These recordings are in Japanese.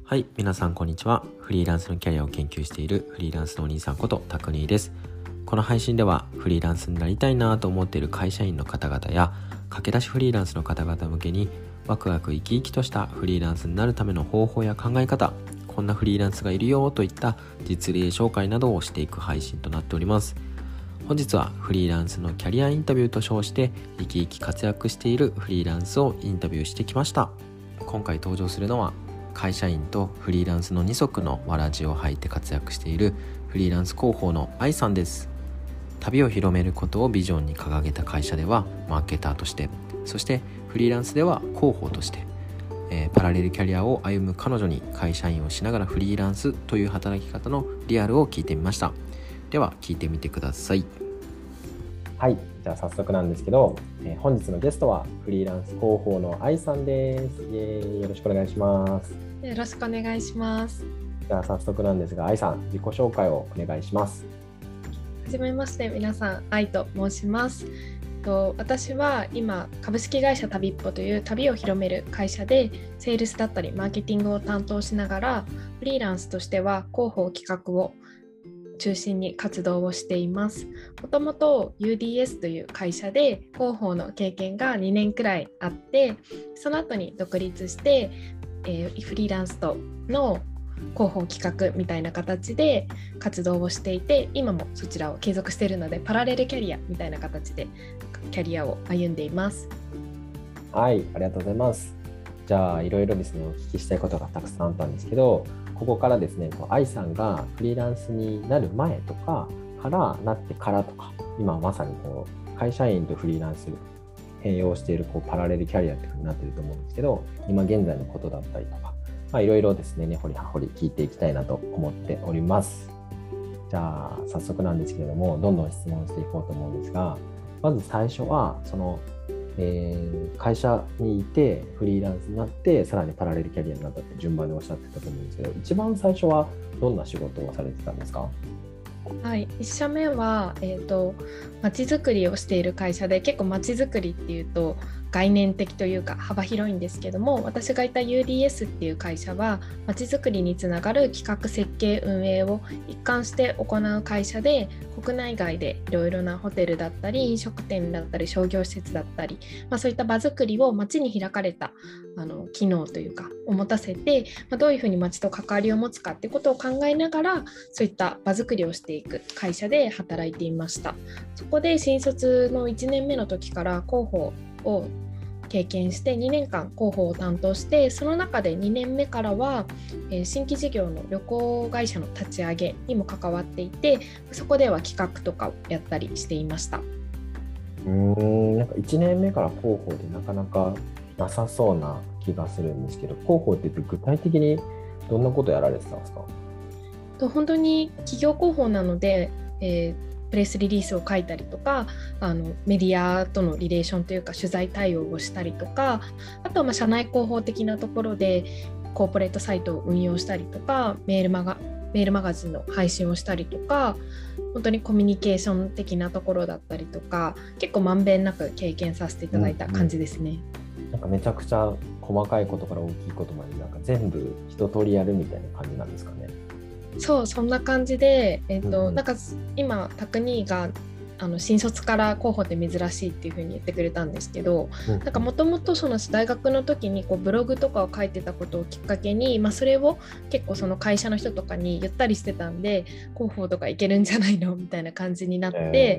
はい、皆さんこんにちは。フリーランスのキャリアを研究しているフリーランスのお兄さんことタクニーです。この配信ではフリーランスになりたいなと思っている会社員の方々や駆け出しフリーランスの方々向けにワクワク生き生きとしたフリーランスになるための方法や考え方、こんなフリーランスがいるよといった実例紹介などをしていく配信となっております。本日はフリーランスのキャリアインタビューと称して生き生き活躍しているフリーランスをインタビューしてきました。今回登場するのは会社員とフリーランスの二足のわらじを履いて活躍しているフリーランス広報の愛さんです。旅を広めることをビジョンに掲げた会社ではマーケターとして、そしてフリーランスでは広報として、パラレルキャリアを歩む彼女に会社員をしながらフリーランスという働き方のリアルを聞いてみました。では聞いてみてください。 はい、じゃあ早速なんですけど、本日のゲストはフリーランス広報の愛さんです。よろしくお願いします。 よろしくお願いします。 じゃあ早速なんですが、愛さん自己紹介をお願いします。 はじめまして、皆さん愛と申します。私は今株式会社旅っぽという旅を広める会社でセールスだったりマーケティングを担当しながら、フリーランスとしては広報企画を中心に活動をしています。もともと UDS という会社で広報の経験が2年くらいあって、その後に独立してフリーランスとの広報企画みたいな形で活動をしていて、今もそちらを継続しているのでパラレルキャリアみたいな形でキャリアを歩んでいます。 はい、ありがとうございます。じゃあいろいろですね、お聞きしたいことがたくさんあったんですけど、ここからですね、愛さんがフリーランスになる前とかからなってからとか、今まさに会社員とフリーランス併用しているパラレルキャリアっていうふうになっていると思うんですけど、今現在のことだったりとか、いろいろですね、根掘り葉掘り聞いていきたいなと思っております。じゃあ早速なんですけれども、どんどん質問していこうと思うんですが、まず最初は会社にいてフリーランスになってさらにパラレルキャリアになったって順番でおっしゃってたと思うんですけど、一番最初はどんな仕事をされてたんですか？ はい、1社目はまちづくりをしている会社で、結構まちづくりっていうと概念的というか幅広いんですけども、私がいた UDS っていう会社はまちづくりにつながる企画設計運営を一貫して行う会社で、国内外でいろいろなホテルだったり飲食店だったり商業施設だったり、そういった場づくりを街に開かれた機能というかを持たせて、どういうふうに街と関わりを持つかってことを考えながら、そういった場づくりをしていく会社で働いていました。そこで新卒の1年目の時から広報を経験して2年間広報を担当して、その中で2年目からは新規事業の旅行会社の立ち上げにも関わっていて、そこでは企画とかをやったりしていました。 なんか1年目から広報でなかなかなさそうな気がするんですけど、広報って具体的にどんなことやられてたんですか？ 本当に企業広報なので、プレスリリースを書いたりとか、メディアとのリレーションというか取材対応をしたりとか、あとは社内広報的なところでコーポレートサイトを運用したりとか、メールマガジンの配信をしたりとか、本当にコミュニケーション的なところだったりとか、結構まんべんなく経験させていただいた感じですね。 なんかめちゃくちゃ細かいことから大きいことまでなんか全部一通りやるみたいな感じなんですかね？ そんな感じで、なんか今タクニーが新卒から広報って珍しいっていう風に言ってくれたんですけど、なんかもともと大学の時にブログとかを書いてたことをきっかけに、それを結構その会社の人とかに言ったりしてたんで、広報とかいけるんじゃないのみたいな感じになって、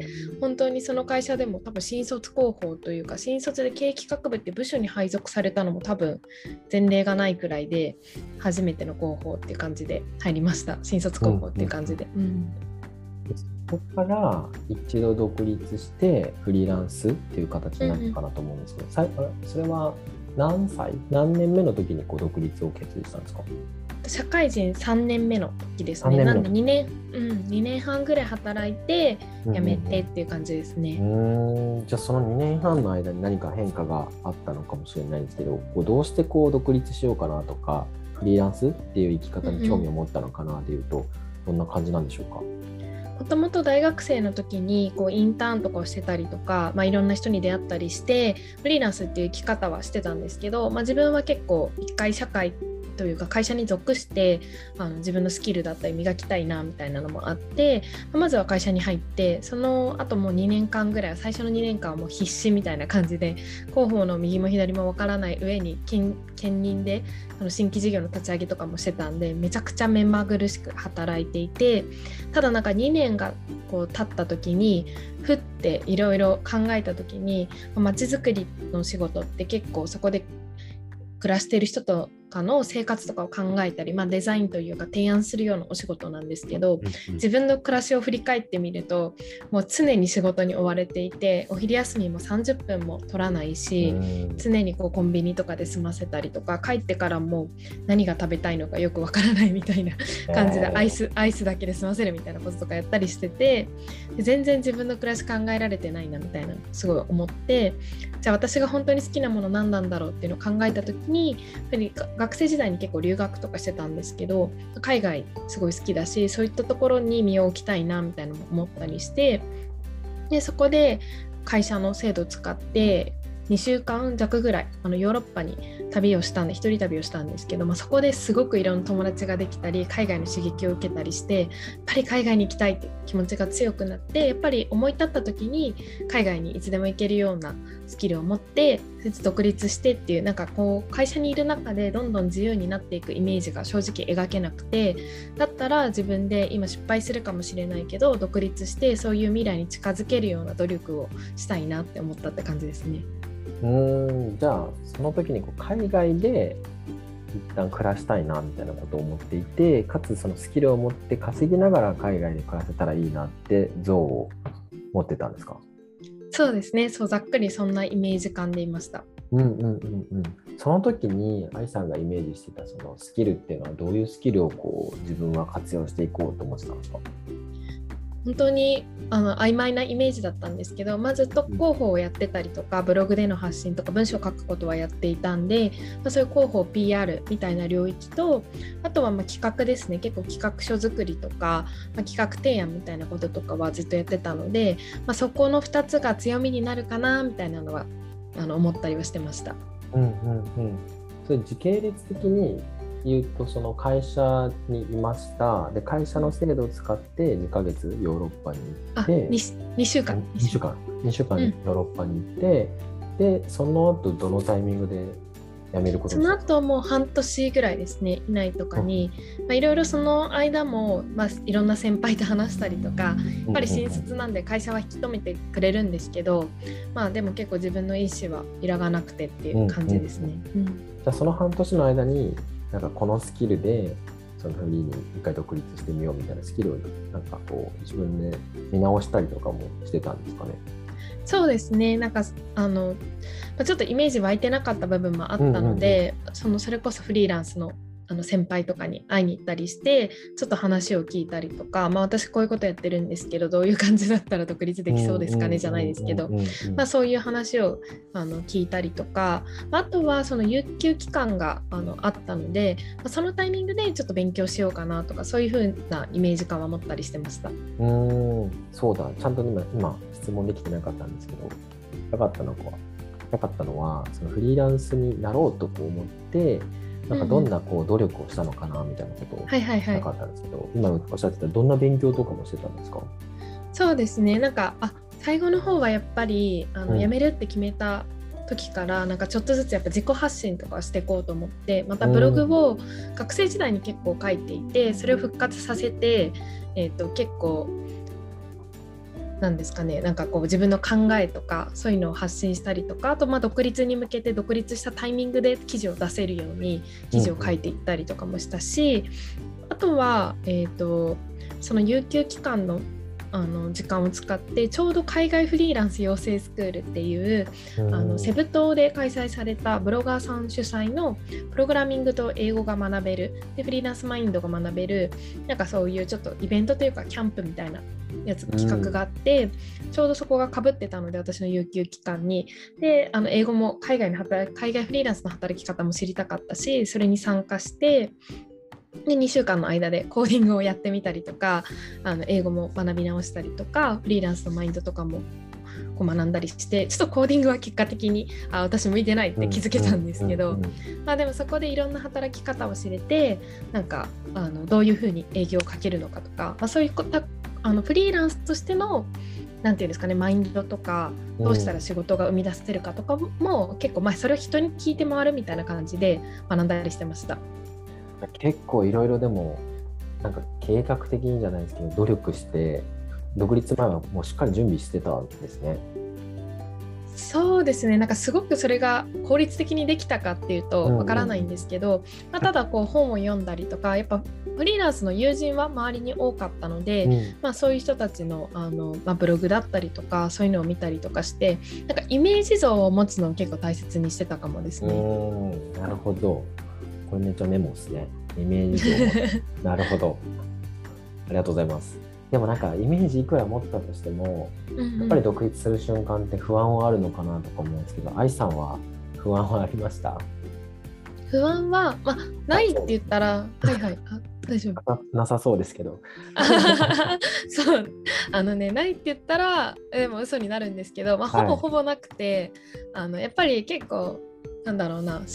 本当にその会社でも多分新卒広報というか、新卒で経営企画部って部署に配属されたのも多分前例がないくらいで、初めての広報っていう感じで入りました。新卒広報っていう感じで。 そこから一度独立してフリーランスっていう形になったかなと思うんですけど、それは何年目の時に独立を決意したんですか？ 社会人3年目の時ですね。なんで2年半ぐらい働いて辞めてっていう感じですね。 じゃあその2年半の間に何か変化があったのかもしれないんですけど、どうして独立しようかなとか、フリーランスっていう生き方に興味を持ったのかなというと、どんな感じなんでしょうか？ もともと大学生の時にインターンとかをしてたりとか、いろんな人に出会ったりしてフリーランスっていう生き方はしてたんですけど、自分は結構一回社会というか会社に属して自分のスキルだったり磨きたいなみたいなのもあって、まずは会社に入って、その後もう2年間ぐらいは、最初の2年間はもう必死みたいな感じで、広報の右も左もわからない上に兼任で新規事業の立ち上げとかもしてたんで、めちゃくちゃ目まぐるしく働いていて、ただなんか2年がこう経った時にふっていろいろ考えた時に、まちづくりの仕事って結構そこで暮らしている人とかの生活とかを考えたり、デザインというか提案するようなお仕事なんですけど、自分の暮らしを振り返ってみるともう常に仕事に追われていて、お昼休みも30分も取らないし、常にこうコンビニとかで済ませたりとか、帰ってからも何が食べたいのかよくわからないみたいな感じでアイスだけで済ませるみたいなこととかやったりしてて、全然自分の暮らし考えられてないなみたいなすごい思って、じゃあ私が本当に好きなもの何なんだろうっていうのを考えた時に、やっぱり学生時代に結構留学とかしてたんですけど、海外すごい好きだし、そういったところに身を置きたいなみたいなのも思ったりして、でそこで会社の制度を使って2週間弱ぐらいヨーロッパに旅をしたんで、一人旅をしたんですけど、そこですごくいろんな友達ができたり、海外の刺激を受けたりして、やっぱり海外に行きたいって気持ちが強くなって、やっぱり思い立った時に海外にいつでも行けるようなスキルを持って独立してっていう、なんかこう会社にいる中でどんどん自由になっていくイメージが正直描けなくて、だったら自分で今失敗するかもしれないけど独立してそういう未来に近づけるような努力をしたいなって思ったって感じですね。 じゃあその時にこう海外で一旦暮らしたいなみたいなことを思っていて、かつそのスキルを持って稼ぎながら海外で暮らせたらいいなって像を持ってたんですか？ そうですね、そうざっくりそんなイメージ感でいました。 その時に愛さんがイメージしてたそのスキルっていうのは、どういうスキルをこう自分は活用していこうと思ってたんですか？ 本当に曖昧なイメージだったんですけど、まず特広報をやってたりとか、ブログでの発信とか文章を書くことはやっていたんで、そういう広報 PR みたいな領域と、あとは企画ですね。結構企画書作りとか、企画提案みたいなこととかはずっとやってたので、そこの2つが強みになるかなみたいなのは思ったりはしてました。 それ時系列的に言うと、その会社にいました。で会社の制度を使って2ヶ月ヨーロッパに行って、 2週間ヨーロッパに行って、でその後どのタイミングで辞めることその後もう半年ぐらいですね、以内とかにいろいろその間も、いろんな先輩と話したりとか、やっぱり新卒なんで会社は引き止めてくれるんですけど、でも結構自分の意思は揺らがなくてっていう感じですね。 じゃあその半年の間になんかこのスキルでそのフリーに一回独立してみようみたいなスキルをなんかこう自分で見直したりとかもしてたんですかね？ そうですね、なんかちょっとイメージ湧いてなかった部分もあったので、それこそフリーランスの先輩とかに会いに行ったりして、ちょっと話を聞いたりとか、私こういうことやってるんですけど、どういう感じだったら独立できそうですかねじゃないですけど、そういう話を聞いたりとか、あとはその有給期間があったので、そのタイミングでちょっと勉強しようかなとか、そういう風なイメージ感は持ったりしてました。 そうだ、ちゃんと今質問できてなかったんですけど、よかったのはそのフリーランスになろうとこう思って、なんかどんなこう努力をしたのかなみたいなことを聞きたかったんですけど、今おっしゃってたどんな勉強とかもしてたんですか？ そうですね、なんか最後の方はやっぱり辞めるって決めた時からなんかちょっとずつやっぱ自己発信とかしていこうと思って、またブログを学生時代に結構書いていて、それを復活させて、結構なんですかね、なんかこう自分の考えとかそういうのを発信したりとか、あと独立に向けて独立したタイミングで記事を出せるように記事を書いていったりとかもしたし、あとは、その有給期間の時間を使ってちょうど海外フリーランス養成スクールっていうセブ島で開催されたブロガーさん主催のプログラミングと英語が学べるでフリーランスマインドが学べるなんかそういうちょっとイベントというかキャンプみたいなやつ企画があって、ちょうどそこが被ってたので私の有給期間にで英語も海外フリーランスの働き方も知りたかったし、それに参加してで2週間の間でコーディングをやってみたりとか英語も学び直したりとかフリーランスのマインドとかもこう学んだりして、ちょっとコーディングは結果的に私向いてないって気づけたんですけど、でもそこでいろんな働き方を知れて、なんかどういうふうに営業をかけるのかとか、そういうことフリーランスとしてのなんていうんですかね、マインドとかどうしたら仕事が生み出せるかとかも結構、それを人に聞いて回るみたいな感じで学んだりしてました。 結構いろいろでもなんか計画的にじゃないですけど努力して独立前はもうしっかり準備してたんですね。 そうですね、なんかすごくそれが効率的にできたかっていうとわからないんですけど、ただこう本を読んだりとか、やっぱフリーランスの友人は周りに多かったので、そういう人たちのブログだったりとかそういうのを見たりとかして、なんかイメージ像を持つのを結構大切にしてたかもですね。 なるほど、これめっちゃメモですね。イメージ像なるほど、ありがとうございます。でもなんかイメージいくら持ったとしても、やっぱり独立する瞬間って不安はあるのかなとか思うんですけど、愛さんは不安はありました？ 不安は、ないって言ったら大丈夫なさそうですけどそうないって言ったらでも嘘になるんですけど、ほぼほぼなくて、やっぱり結構なんだろうな、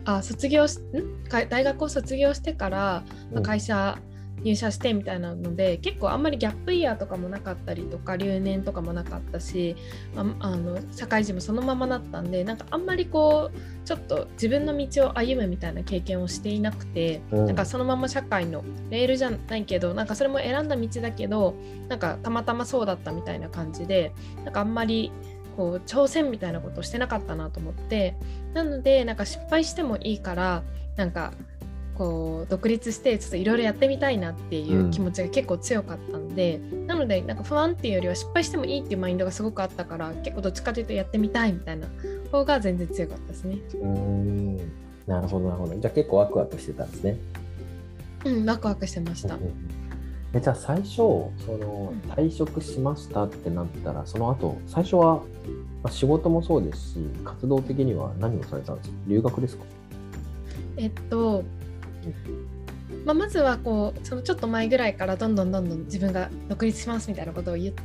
大学を卒業してから、会社入社してみたいなので、結構あんまりギャップイヤーとかもなかったりとか留年とかもなかったし、社会人もそのままだったんで、なんかあんまりこうちょっと自分の道を歩むみたいな経験をしていなくて、なんかそのまま社会のレールじゃないけど、なんかそれも選んだ道だけど、なんかたまたまそうだったみたいな感じで、なんかあんまりこう挑戦みたいなことをしてなかったなと思って、なのでなんか失敗してもいいから、なんかこう独立してちょっといろいろやってみたいなっていう気持ちが結構強かったんで、なのでなんか不安っていうよりは失敗してもいいっていうマインドがすごくあったから、結構どっちかというとやってみたいみたいな方が全然強かったですね。 なるほどなるほど。じゃあ結構ワクワクしてたんですね。 ワクワクしてました。 じゃあ最初退職しましたってなったら、その後最初は仕事もそうですし、活動的には何をされたんですか？留学ですか？ まずはそのちょっと前ぐらいからどんどん自分が独立しますみたいなことを言って、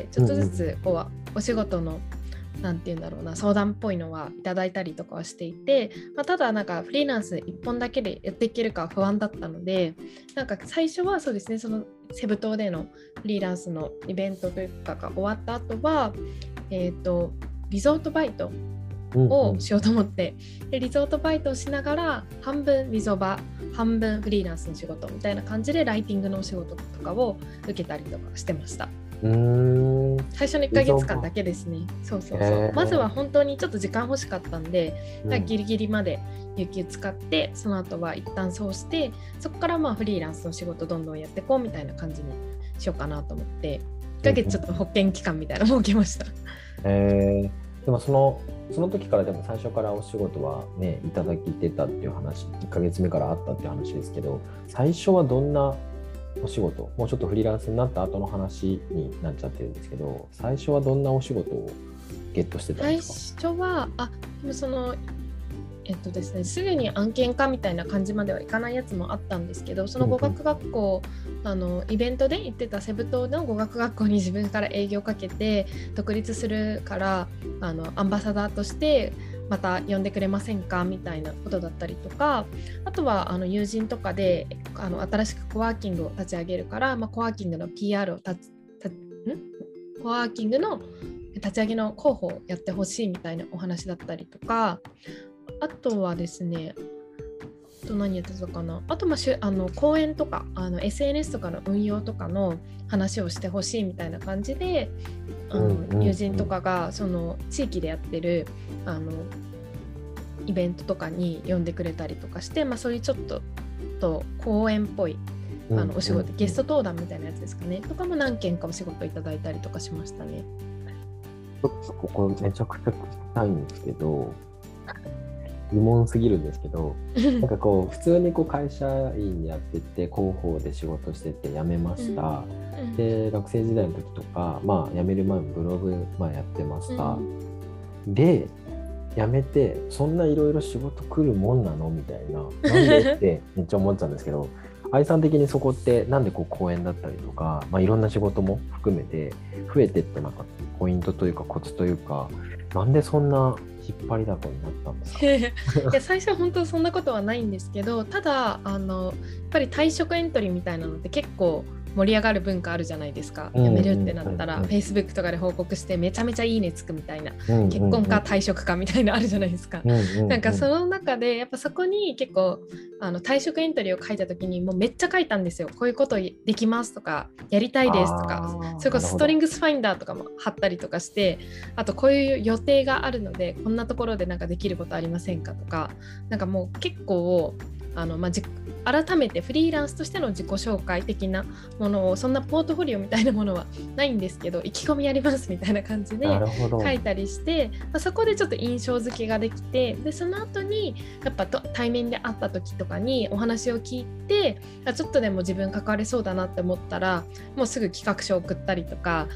ちょっとずつお仕事のなんていうんだろうな、相談っぽいのはいただいたりとかはしていて、ただなんかフリーランス1本だけでやっていけるかは不安だったので、なんか最初はそうですね、そのセブ島でのフリーランスのイベントというかが終わった後は、リゾートバイトをしようと思って、でリゾートバイトをしながら半分リゾバ半分フリーランスの仕事みたいな感じでライティングのお仕事とかを受けたりとかしてました。最初の1ヶ月間だけですね。そうまずは本当にちょっと時間欲しかったんで、ギリギリまで有給使って、その後は一旦そうして、そこからフリーランスの仕事どんどんやっていこうみたいな感じにしようかなと思って、1ヶ月ちょっと保険期間みたいなのを設けました。 でもその時からでも最初からお仕事はねいただきてたっていう話、1ヶ月目からあったっていう話ですけど、最初はどんなお仕事、もうちょっとフリーランスになった後の話になっちゃってるんですけど、最初はどんなお仕事をゲットしてたんですか？ 最初はでもそのですね、すぐに案件化みたいな感じまではいかないやつもあったんですけど、その語学学校、イベントで行ってたセブ島の語学学校に自分から営業かけて独立するからアンバサダーとしてまた呼んでくれませんかみたいなことだったりとか、あとは友人とかで新しくコワーキングを立ち上げるから、コワーキングの PR をコワーキングの立ち上げの広報をやってほしいみたいなお話だったりとか、あとはですね、何やってたかな、あと講演とかSNS とかの運用とかの話をしてほしいみたいな感じで、友人とかがその地域でやってるイベントとかに呼んでくれたりとかして、そういうちょっと講演っぽいお仕事、ゲスト登壇みたいなやつですかね、とかも何件かお仕事いただいたりとかしましたね。 ちょっとここめちゃくちゃ聞きたいんですけど、疑問すぎるんですけど、なんか普通に会社員やってて広報で仕事してて辞めました、で学生時代の時とか、辞める前もブログやってました、で辞めてそんないろいろ仕事来るもんなのみたいな、なんでってめっちゃ思っちゃうんですけど、 愛さん的にそこってなんでこう講演だったりとか、いろんな仕事も含めて増えてってなんかポイントというかコツというか、なんでそんな引っ張りだこになったんですか？ いや最初は本当そんなことはないんですけど、ただやっぱり退職エントリーみたいなのって結構盛り上がる文化あるじゃないですか。辞めるってなったら Facebook とかで報告してめちゃめちゃいいねつくみたいな、結婚か退職かみたいなあるじゃないですか。なんかその中でやっぱそこに結構退職エントリーを書いた時にもうめっちゃ書いたんですよ。こういうことできますとかやりたいですとか、それこそストリングスファインダーとかも貼ったりとかして、あとこういう予定があるのでこんなところでなんかできることありませんかとか、なんかもう結構改めてフリーランスとしての自己紹介的なものを、そんなポートフォリオみたいなものはないんですけど、意気込みやりますみたいな感じで書いたりして、そこでちょっと印象付けができて、でその後にやっぱ対面で会った時とかにお話を聞いて、ちょっとでも自分関われそうだなって思ったらもうすぐ企画書を送ったりとか、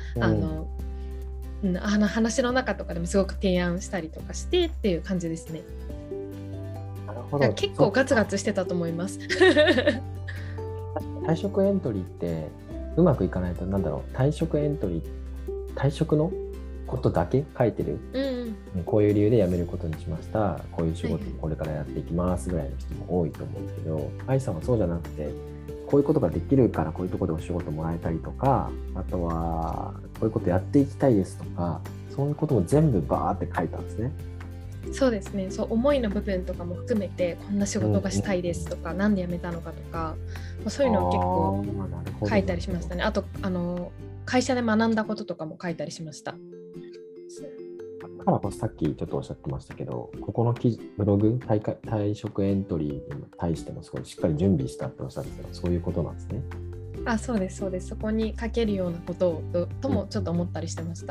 話の中とかでもすごく提案したりとかしてっていう感じですね。結構ガツガツしてたと思います。 退職エントリーってうまくいかないと、退職エントリー、退職のことだけ書いてる、こういう理由で辞めることにしました、こういう仕事これからやっていきますぐらいの人も多いと思うんですけど、愛さんはそうじゃなくて、こういうことができるからこういうところでお仕事もらえたりとか、あとはこういうことやっていきたいですとか、そういうことも全部バーって書いたんですね。 そうですね、そう思いの部分とかも含めて、こんな仕事がしたいですとか、なんで辞めたのかとか、そういうのを結構書いたりしましたね。あと会社で学んだこととかも書いたりしました。 だからさっきちょっとおっしゃってましたけど、ここのブログ退職エントリーに対してもすごいしっかり準備したっておっしゃってたのはそういうことなんですね。 そうですそうです。そこに書けるようなことともちょっと思ったりしてました。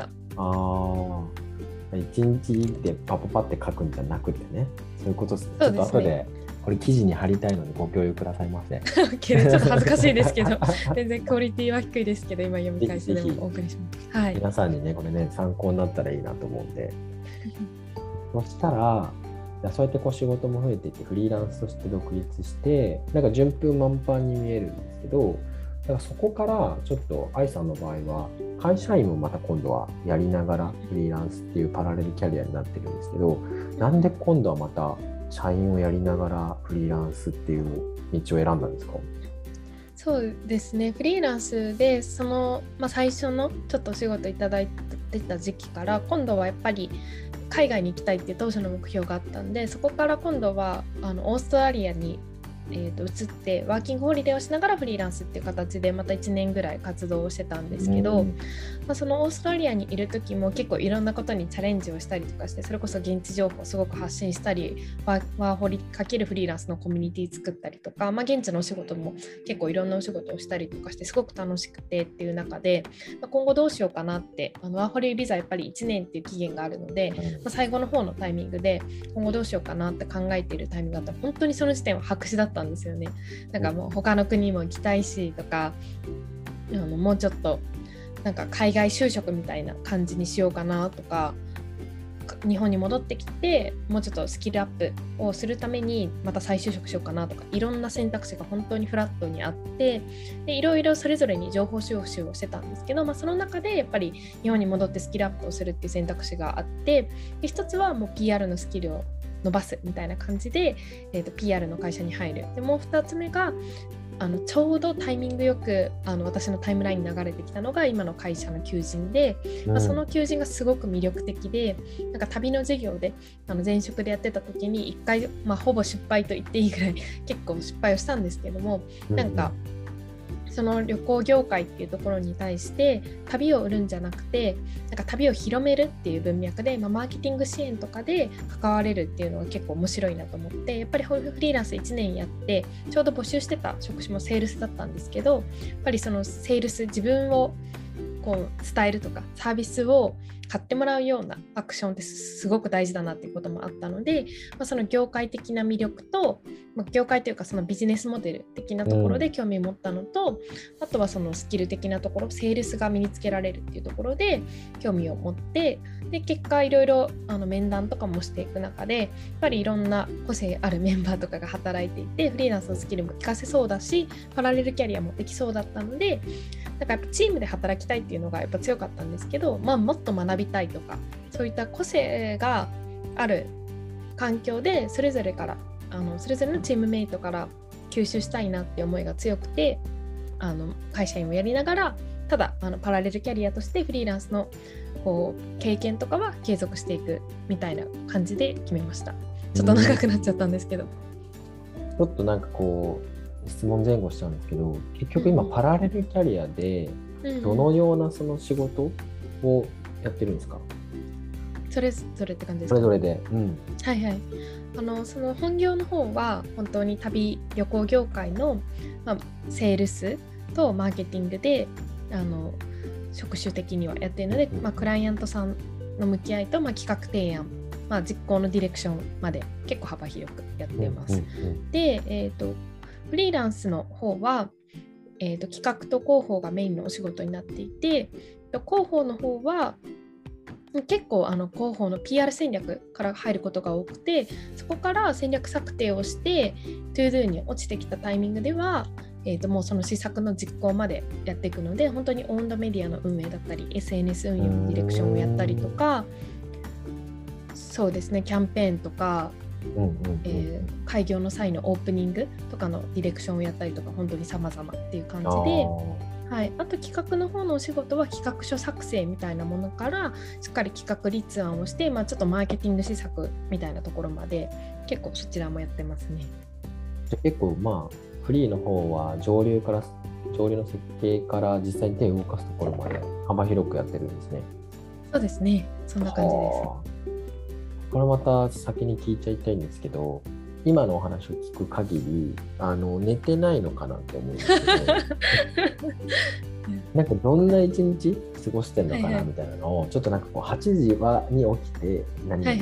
一日でパパって書くんじゃなくてね、そういうことですね。ちょっと後でこれ記事に貼りたいのでご共有くださいませ。ちょっと恥ずかしいですけど全然クオリティは低いですけど、今読み返しでもお送りします。 皆さんにねこれね参考になったらいいなと思うんでそしたらそうやってこう仕事も増えていってフリーランスとして独立して、なんか順風満帆に見えるんですけど、だからそこからちょっと愛さんの場合は会社員もまた今度はやりながらフリーランスっていうパラレルキャリアになってるんですけど、なんで今度はまた社員をやりながらフリーランスっていう道を選んだんですか？ そうですね、フリーランスで最初のちょっとお仕事いただいてた時期から今度はやっぱり海外に行きたいっていう当初の目標があったんで、そこから今度はオーストラリアに移ってワーキングホリデーをしながらフリーランスっていう形でまた1年ぐらい活動をしてたんですけど、そのオーストラリアにいる時も結構いろんなことにチャレンジをしたりとかして、それこそ現地情報をすごく発信したり、ワーホリかけるフリーランスのコミュニティ作ったりとか、現地のお仕事も結構いろんなお仕事をしたりとかしてすごく楽しくてっていう中で、今後どうしようかなって、ワーホリビザやっぱり1年っていう期限があるので、最後の方のタイミングで今後どうしようかなって考えているタイミングがあったら、本当にその時点は白紙だったんですよね。なんかもう他の国も行きたいしとか、もうちょっとなんか海外就職みたいな感じにしようかなとか、日本に戻ってきてもうちょっとスキルアップをするためにまた再就職しようかなとか、いろんな選択肢が本当にフラットにあって、でいろいろそれぞれに情報収集をしてたんですけど、その中でやっぱり日本に戻ってスキルアップをするっていう選択肢があって、で一つはもう PR のスキルを伸ばすみたいな感じで、PR の会社に入る。でもう2つ目がちょうどタイミングよく私のタイムラインに流れてきたのが今の会社の求人で、その求人がすごく魅力的で、なんか旅の授業で前職でやってた時に1回、ほぼ失敗と言っていいぐらい結構失敗をしたんですけども、なんかその旅行業界っていうところに対して旅を売るんじゃなくて、なんか旅を広めるっていう文脈で、マーケティング支援とかで関われるっていうのが結構面白いなと思って、やっぱりフリーランス1年やってちょうど募集してた職種もセールスだったんですけど、やっぱりそのセールス、自分をこう伝えるとかサービスを買ってもらうようなアクションってすごく大事だなっていうこともあったので、その業界的な魅力と、業界というかそのビジネスモデル的なところで興味を持ったのと、あとはそのスキル的なところ、セールスが身につけられるっていうところで興味を持って、で結果いろいろ面談とかもしていく中で、やっぱりいろんな個性あるメンバーとかが働いていて、フリーランスのスキルも活かせそうだし、パラレルキャリアもできそうだったので、だからやっぱチームで働きたいっていうのがやっぱ強かったんですけど、もっと学びたいとか、そういった個性がある環境でそれぞれのチームメイトから吸収したいなって思いが強くて、会社員をやりながら、ただパラレルキャリアとしてフリーランスの経験とかは継続していくみたいな感じで決めました。ちょっと長くなっちゃったんですけど、 ちょっとなんか質問前後しちゃうんですけど、結局今パラレルキャリアでどのようなその仕事をやってるんですか？ それぞれって感じですか？ それぞれで、 はいはい。その本業の方は本当に旅行業界の、セールスとマーケティングで職種的にはやっているので、クライアントさんの向き合いと、企画提案、実行のディレクションまで結構幅広くやってます。で、フリーランスの方は、企画と広報がメインのお仕事になっていて、広報の方は結構広報の PR 戦略から入ることが多くて、そこから戦略策定をしてToDoに落ちてきたタイミングでは、もうその施策の実行までやっていくので、本当にオウンドメディアの運営だったり SNS 運用のディレクションをやったりとか、そうですね、キャンペーンとか、開業の際のオープニングとかのディレクションをやったりとか、本当に様々っていう感じで、あと企画の方のお仕事は企画書作成みたいなものからしっかり企画立案をして、ちょっとマーケティング施策みたいなところまで結構そちらもやってますね。 じゃ結構フリーの方は上流の設計から実際に手を動かすところまで幅広くやってるんですね。 そうですね、そんな感じです。 これまた先に聞いちゃいたいんですけど、今のお話を聞く限り寝てないのかなって思うんですけどなんかどんな一日過ごしてんのかなみたいなのを、ちょっとなんか8時に起きて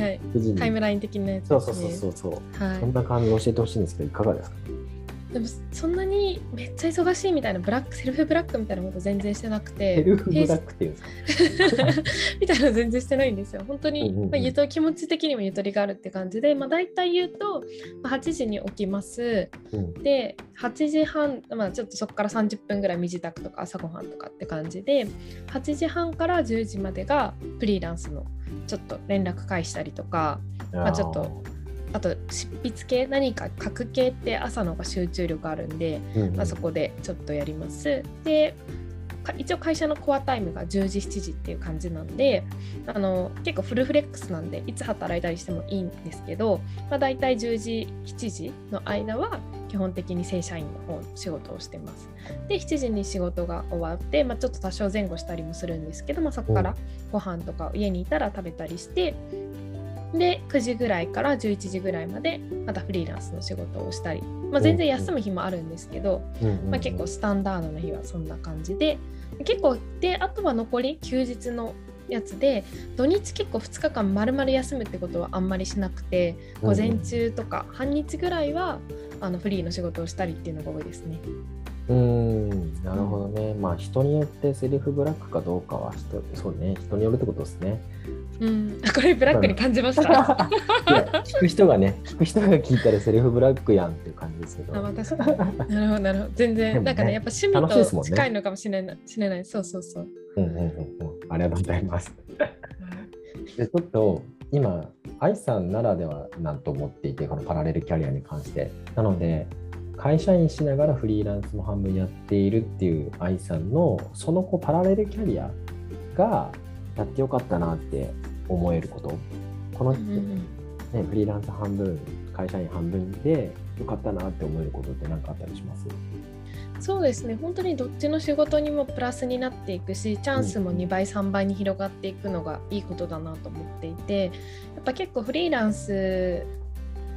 9時にタイムライン的なやつですね。 そう、そんな感じで教えてほしいんですけど、いかがですか？ でもそんなにめっちゃ忙しいみたいなセルフブラックみたいなこと全然してなくて、 セルフブラックっていうんですかみたいなの全然してないんですよ。本当に、気持ち的にもゆとりがあるって感じで、だいたい言うと8時に起きます、で8時半、ちょっとそこから30分ぐらい身支度とか朝ごはんとかって感じで、8時半から10時までがフリーランスのちょっと連絡返したりとか、ちょっとあと執筆系、何か書く系って朝の方が集中力あるんで、そこでちょっとやります。で一応会社のコアタイムが10時7時っていう感じなんで、結構フルフレックスなんでいつ働いたりしてもいいんですけど、だいたい10時7時の間は基本的に正社員の方の仕事をしてます。で7時に仕事が終わって、ちょっと多少前後したりもするんですけど、そこからご飯とか家にいたら食べたりして、で9時ぐらいから11時ぐらいまでまたフリーランスの仕事をしたり、全然休む日もあるんですけど、結構スタンダードな日はそんな感じで、結構で、あとは残り休日のやつで、土日結構2日間丸々休むってことはあんまりしなくて、午前中とか半日ぐらいはフリーの仕事をしたりっていうのが多いですね。 なるほどね。人によってセルフブラックかどうかは人によるってことですね。 これブラックに感じました。いや、聞く人が聞いたらセルフブラックやんっていう感じですけど。 確かに。なるほど。全然、なんかね、やっぱ趣味と近いのかもしれない。そう。 ありがとうございます。で、ちょっと今、愛さんならではなんと思っていて、このパラレルキャリアに関して。なので、会社員しながらフリーランスも半分やっているっていう愛さんのそのパラレルキャリアがやってよかったなって思えること、この、フリーランス半分会社員半分でよかったなって思えることって何かあったりします？ そうですね、本当にどっちの仕事にもプラスになっていくし、チャンスも2倍3倍に広がっていくのがいいことだなと思っていて、やっぱ結構フリーランス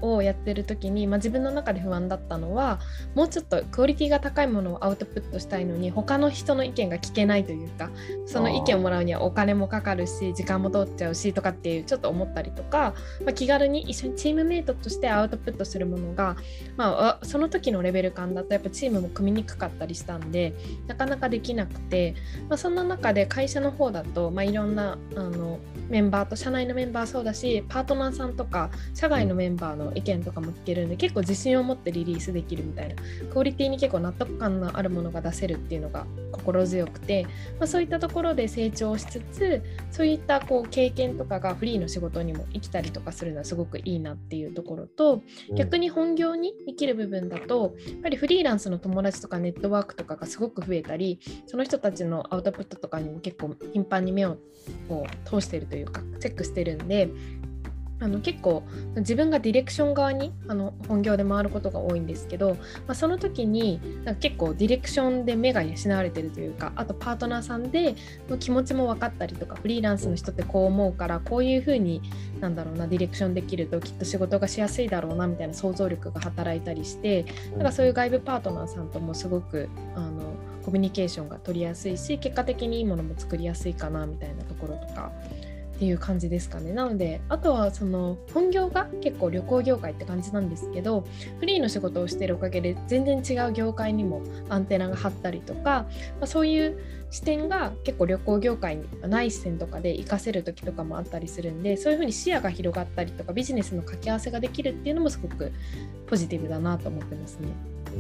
をやってる時に、自分の中で不安だったのは、もうちょっとクオリティが高いものをアウトプットしたいのに他の人の意見が聞けないというか、その意見をもらうにはお金もかかるし時間も取っちゃうしとかっていうちょっと思ったりとか、気軽に一緒にチームメイトとしてアウトプットするものが、その時のレベル感だとやっぱチームも組みにくかったりしたんでなかなかできなくて、そんな中で会社の方だと、いろんなメンバーと社内のメンバーそうだしパートナーさんとか社外のメンバーの意見とかも聞けるんで、結構自信を持ってリリースできるみたいな、クオリティに結構納得感のあるものが出せるっていうのが心強くて、そういったところで成長しつつ、そういった経験とかがフリーの仕事にも生きたりとかするのはすごくいいなっていうところと、逆に本業に生きる部分だとやっぱりフリーランスの友達とかネットワークとかがすごく増えたり、その人たちのアウトプットとかにも結構頻繁に目を通しているというかチェックしてるんで、結構自分がディレクション側に本業で回ることが多いんですけど、その時に結構ディレクションで目が養われてるというか、あとパートナーさんでの気持ちも分かったりとか、フリーランスの人ってこう思うからこういう風にディレクションできるときっと仕事がしやすいだろうなみたいな想像力が働いたりして、そういう外部パートナーさんともすごくコミュニケーションが取りやすいし、結果的にいいものも作りやすいかなみたいなところとかっていう感じですかね。なのであとはその本業が結構旅行業界って感じなんですけど、フリーの仕事をしているおかげで全然違う業界にもアンテナが張ったりとか、そういう視点が結構旅行業界にない視点とかで活かせる時とかもあったりするんで、そういう風に視野が広がったりとかビジネスの掛け合わせができるっていうのもすごくポジティブだなと思ってますね。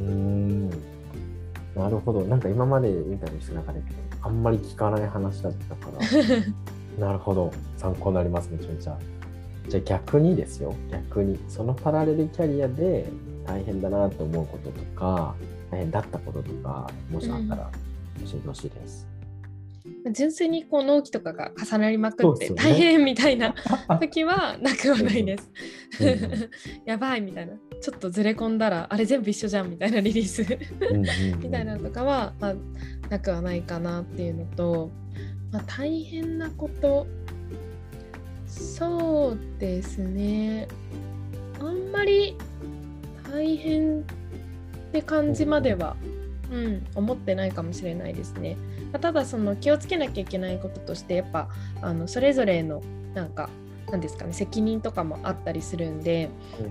なるほど。なんか今までインタビューした中であんまり聞かない話だったからなるほど、参考になります。めちゃめちゃ。じゃあ逆にですよ、逆にそのパラレルキャリアで大変だなと思うこととか大変だったこととかもしあったら教えてほしいです。 純粋に納期とかが重なりまくって大変みたいな時はなくはないですやばいみたいな、ちょっとずれ込んだらあれ全部一緒じゃんみたいなリリースみたいなのとかは、なくはないかなっていうのと、大変なこと、そうですね、あんまり大変って感じまでは、思ってないかもしれないですね。ただその気をつけなきゃいけないこととして、やっぱそれぞれのなんですかね、責任とかもあったりするんで、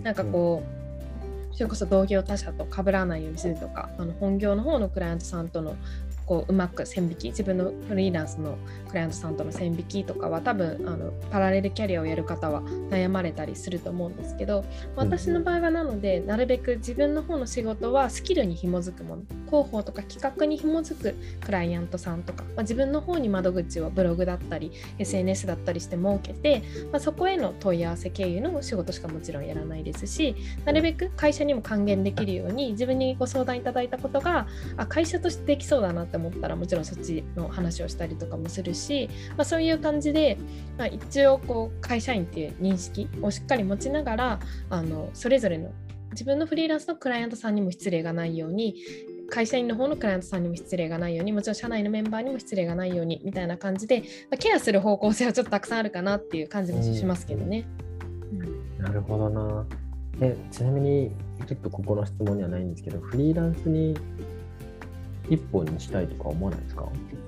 それこそ同業他社と被らないようにするとか、本業の方のクライアントさんとのうまく線引き、自分のフリーランスのクライアントさんとの線引きとかは多分パラレルキャリアをやる方は悩まれたりすると思うんですけど、私の場合はなのでなるべく自分の方の仕事はスキルに紐づくもの、広報とか企画に紐づくクライアントさんとか、自分の方に窓口をブログだったり SNS だったりして設けて、そこへの問い合わせ経由の仕事しかもちろんやらないですし、なるべく会社にも還元できるように自分にご相談いただいたことが会社としてできそうだなって思ったらもちろんそっちの話をしたりとかもするし、そういう感じで、一応会社員っていう認識をしっかり持ちながらそれぞれの自分のフリーランスのクライアントさんにも失礼がないように、会社員の方のクライアントさんにも失礼がないように、もちろん社内のメンバーにも失礼がないようにみたいな感じで、ケアする方向性はちょっとたくさんあるかなっていう感じもしますけどね。 なるほどな。ちなみにちょっとここの質問にはないんですけど、フリーランスに一本にしたいとか思わないですか？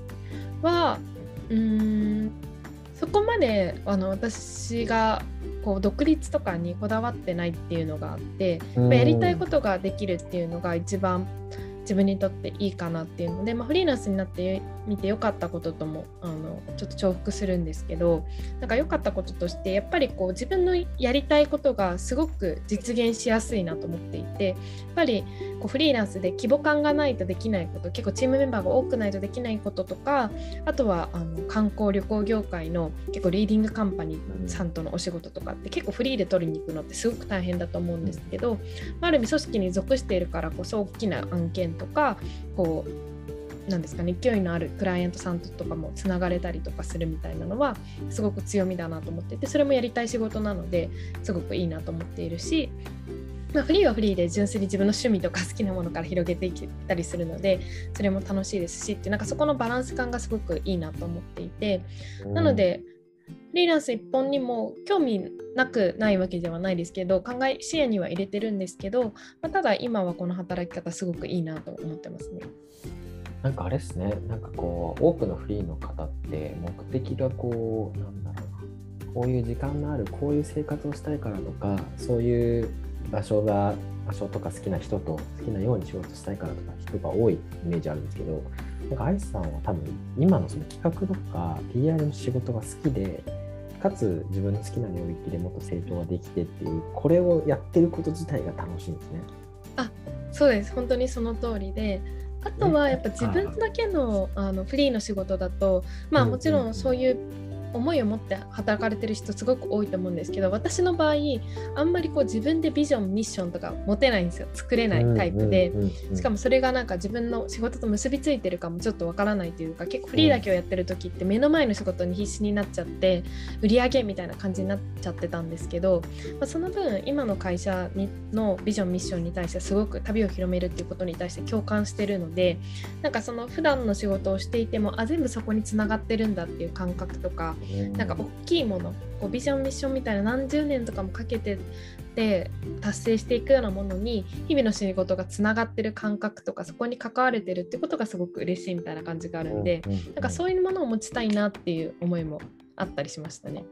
そこまで私が独立とかにこだわってないっていうのがあって、やりたいことができるっていうのが一番自分にとっていいかなっていうので、フリーランスになってみて良かったことともちょっと重複するんですけど、良かったこととしてやっぱり自分のやりたいことがすごく実現しやすいなと思っていて、やっぱりフリーランスで規模感がないとできないこと、結構チームメンバーが多くないとできないこととか、あとは観光旅行業界の結構リーディングカンパニーさんとのお仕事とかって結構フリーで取りに行くのってすごく大変だと思うんですけど、ある意味組織に属しているからこそ大きな案件とかなんですかね、勢いのあるクライアントさんとかもつながれたりとかするみたいなのはすごく強みだなと思っていて、それもやりたい仕事なのですごくいいなと思っているし、フリーはフリーで純粋に自分の趣味とか好きなものから広げていけたりするので、それも楽しいですしって、そこのバランス感がすごくいいなと思っていて、なのでフリーランス一本にも興味なくないわけではないですけど、視野には入れてるんですけど、ただ今はこの働き方すごくいいなと思ってますね。 なんかあれですね、なんかこう多くのフリーの方って目的がこうなんだろうな、こういう時間のあるこういう生活をしたいからとか、そういう場所とか好きな人と好きなように仕事したいからとか人が多いイメージあるんですけど、なんかアイスさんは多分今のその企画とか PR の仕事が好きで、かつ自分の好きな領域でもっと成長ができてっていう、これをやってること自体が楽しいんですね。 そうです、本当にその通りで、あとはやっぱ自分だけの、フリーの仕事だと、もちろんそういう思いを持って働かれてる人すごく多いと思うんですけど、私の場合あんまりこう自分でビジョンミッションとか持てないんですよ。作れないタイプで、しかもそれがなんか自分の仕事と結びついてるかもちょっとわからないというか、結構フリーだけをやってる時って目の前の仕事に必死になっちゃって売り上げみたいな感じになっちゃってたんですけど、その分今の会社のビジョンミッションに対してすごく旅を広めるっていうことに対して共感してるので、なんかその普段の仕事をしていても全部そこにつながってるんだっていう感覚とか、なんか大きいもの、こうビジョンミッションみたいな何十年とかもかけてで達成していくようなものに日々の仕事がつながってる感覚とか、そこに関われてるってことがすごく嬉しいみたいな感じがあるんで、なんかそういうものを持ちたいなっていう思いもあったりしましたね。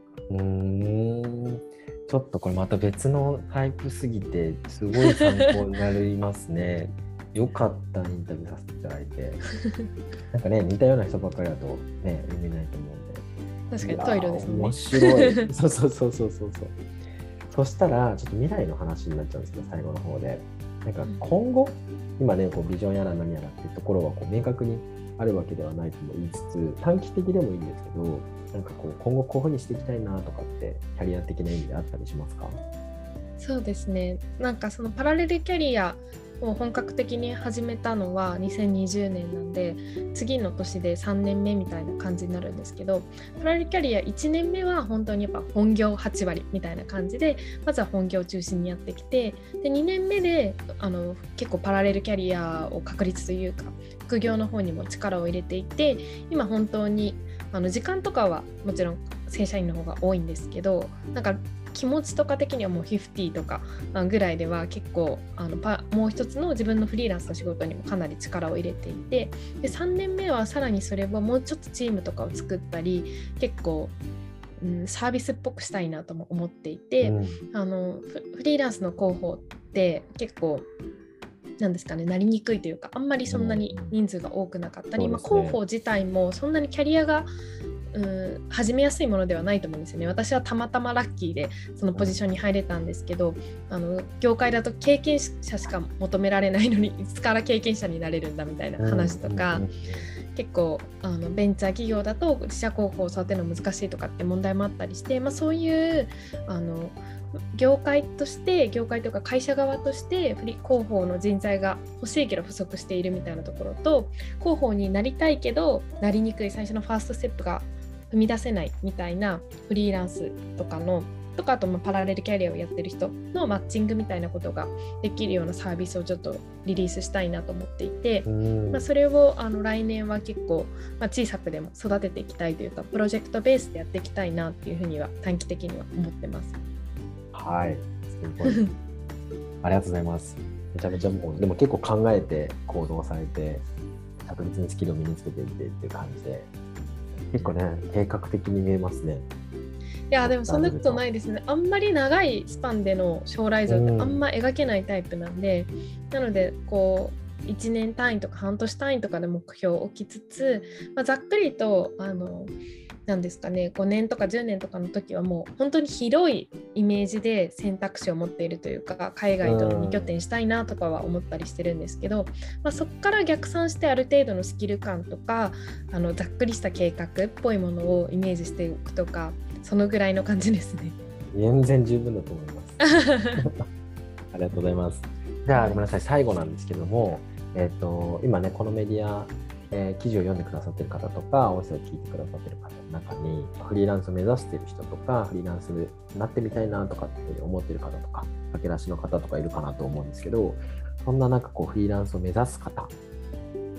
ちょっとこれまた別のタイプすぎてすごい参考になりますね。よかった、インタビューさせていただいて。なんかね、似たような人ばっかりだとね、意味ないと思うんで。 確かにトイレですね。 面白い。そう。そしたらちょっと未来の話になっちゃうんですけど、最後の方でなんか今後、今ねこうビジョンやら何やらっていうところはこう明確にあるわけではないとも言いつつ、短期的でもいいんですけど、なんかこう今後こういうふうにしていきたいなとかってキャリア的な意味であったりしますか？ そうですね、なんかそのパラレルキャリアを本格的に始めたのは2020年なんで、次の年で3年目みたいな感じになるんですけど、パラレルキャリア1年目は本当にやっぱ本業8割みたいな感じで、まずは本業を中心にやってきて、で2年目で結構パラレルキャリアを確立というか副業の方にも力を入れていて、今本当に時間とかはもちろん正社員の方が多いんですけど、なんか気持ちとか的にはもう50とかぐらいでは結構もう一つの自分のフリーランスの仕事にもかなり力を入れていて、で3年目はさらにそれはもうちょっとチームとかを作ったり、結構、サービスっぽくしたいなとも思っていて、フリーランスの広報って結構なんですかね、なりにくいというか、あんまりそんなに人数が多くなかったり、広報自体もそんなにキャリアが始めやすいものではないと思うんですよね。私はたまたまラッキーでそのポジションに入れたんですけど、業界だと経験者しか求められないのにいつから経験者になれるんだみたいな話とか、結構ベンチャー企業だと自社広報を育てるの難しいとかって問題もあったりして、そういう業界というか会社側として広報の人材が欲しいけど不足しているみたいなところと、広報になりたいけどなりにくい最初のファーストステップが踏み出せないみたいなフリーランスとかあとパラレルキャリアをやってる人のマッチングみたいなことができるようなサービスをちょっとリリースしたいなと思っていて、それを来年は結構、小さくでも育てていきたいというか、プロジェクトベースでやっていきたいなっていうふうには短期的には思ってます。 はい、すごいありがとうございます。めちゃめちゃもうでも結構考えて行動されて、着実にスキルを身につけていってっていう感じで、結構ね計画的に見えますね。 いやでもそんなことないですね。あんまり長いスパンでの将来像ってあんま描けないタイプなんで、なのでこう1年単位とか半年単位とかで目標を置きつつ、ざっくりとなんですかね、5年とか10年とかの時はもう本当に広いイメージで選択肢を持っているというか、海外との2拠点したいなとかは思ったりしてるんですけど、そこから逆算してある程度のスキル感とかざっくりした計画っぽいものをイメージしておくとか、そのぐらいの感じですね。 全然十分だと思いますありがとうございます。じゃあごめんなさい、最後なんですけども、今ねこのメディア記事を読んでくださっている方とか、音声を聞いてくださっている方の中に、フリーランスを目指している人とか、フリーランスになってみたいなとかって思っている方とか、駆け出しの方とかいるかなと思うんですけど、そんななんかこうフリーランスを目指す方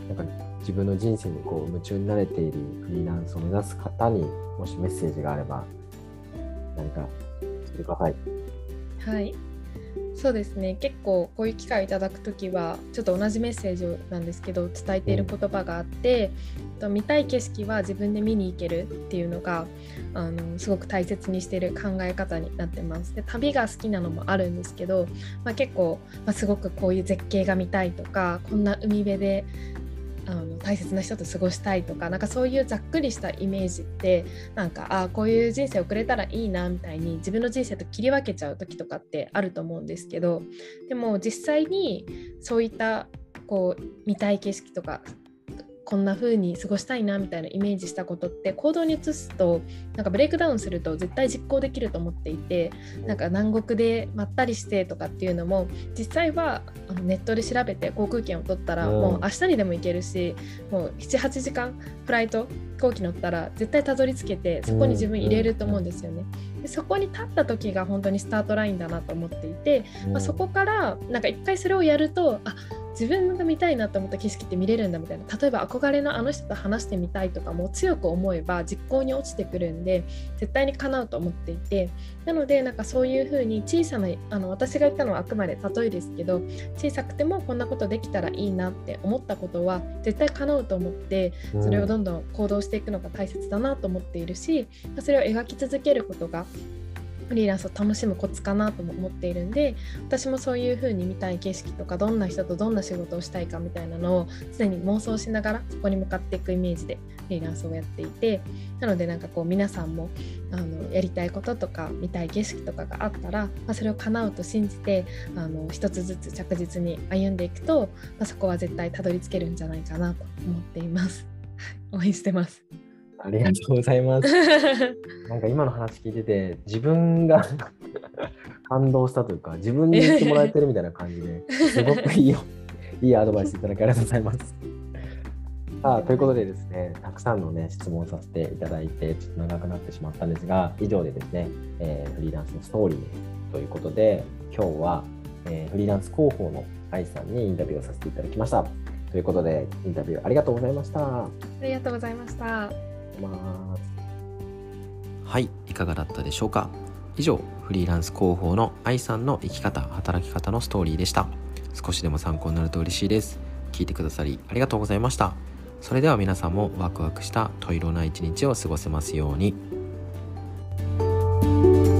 なんか自分の人生にこう夢中になれているフリーランスを目指す方にもしメッセージがあれば何かしてください。 はい、そうですね。結構こういう機会をいただくときはちょっと同じメッセージなんですけど伝えている言葉があって、見たい景色は自分で見に行けるっていうのがすごく大切にしている考え方になってます。で、旅が好きなのもあるんですけど、結構、すごくこういう絶景が見たいとか、こんな海辺で大切な人と過ごしたいとか、なんかそういうざっくりしたイメージってなんかこういう人生送れたらいいなみたいに自分の人生と切り分けちゃう時とかってあると思うんですけど、でも実際にそういったこう見たい景色とかこんな風に過ごしたいなみたいなイメージしたことって行動に移すとなんかブレイクダウンすると絶対実行できると思っていて、なんか南国でまったりしてとかっていうのも実際はネットで調べて航空券を取ったらもう明日にでも行けるし、もう 7,8 時間フライト飛行機乗ったら絶対たどり着けてそこに自分入れると思うんですよね。でそこに立った時が本当にスタートラインだなと思っていて、そこからなんか一回それをやると自分が見たいなと思った景色って見れるんだみたいな、例えば憧れのあの人と話してみたいとかも強く思えば実行に落ちてくるんで絶対に叶うと思っていて、なのでなんかそういう風に小さな私が言ったのはあくまで例えですけど、小さくてもこんなことできたらいいなって思ったことは絶対叶うと思って、それをどんどん行動していくのが大切だなと思っているし、それを描き続けることがフリーランスを楽しむコツかなとも思っているんで、私もそういう風に見たい景色とかどんな人とどんな仕事をしたいかみたいなのを常に妄想しながらそこに向かっていくイメージでフリーランスをやっていて、なのでなんかこう皆さんもやりたいこととか見たい景色とかがあったら、それを叶うと信じて一つずつ着実に歩んでいくと、そこは絶対たどり着けるんじゃないかなと思っています。応援してます。 ありがとうございます。なんか今の話聞いてて自分が感動したというか、自分に言ってもらえてるみたいな感じですごくいいアドバイスいただきありがとうございます。ということでですね、たくさんのね質問させていただいてちょっと長くなってしまったんですが、以上でですね、フリーランスのストーリーということで今日は、フリーランス広報の愛さんにインタビューをさせていただきました。ということでインタビューありがとうございました。 ありがとうございました。 はい、いかがだったでしょうか。以上、フリーランス広報の愛さんの生き方、働き方のストーリーでした。少しでも参考になると嬉しいです。聞いてくださりありがとうございました。それでは皆さんもワクワクしたといろな一日を過ごせますように。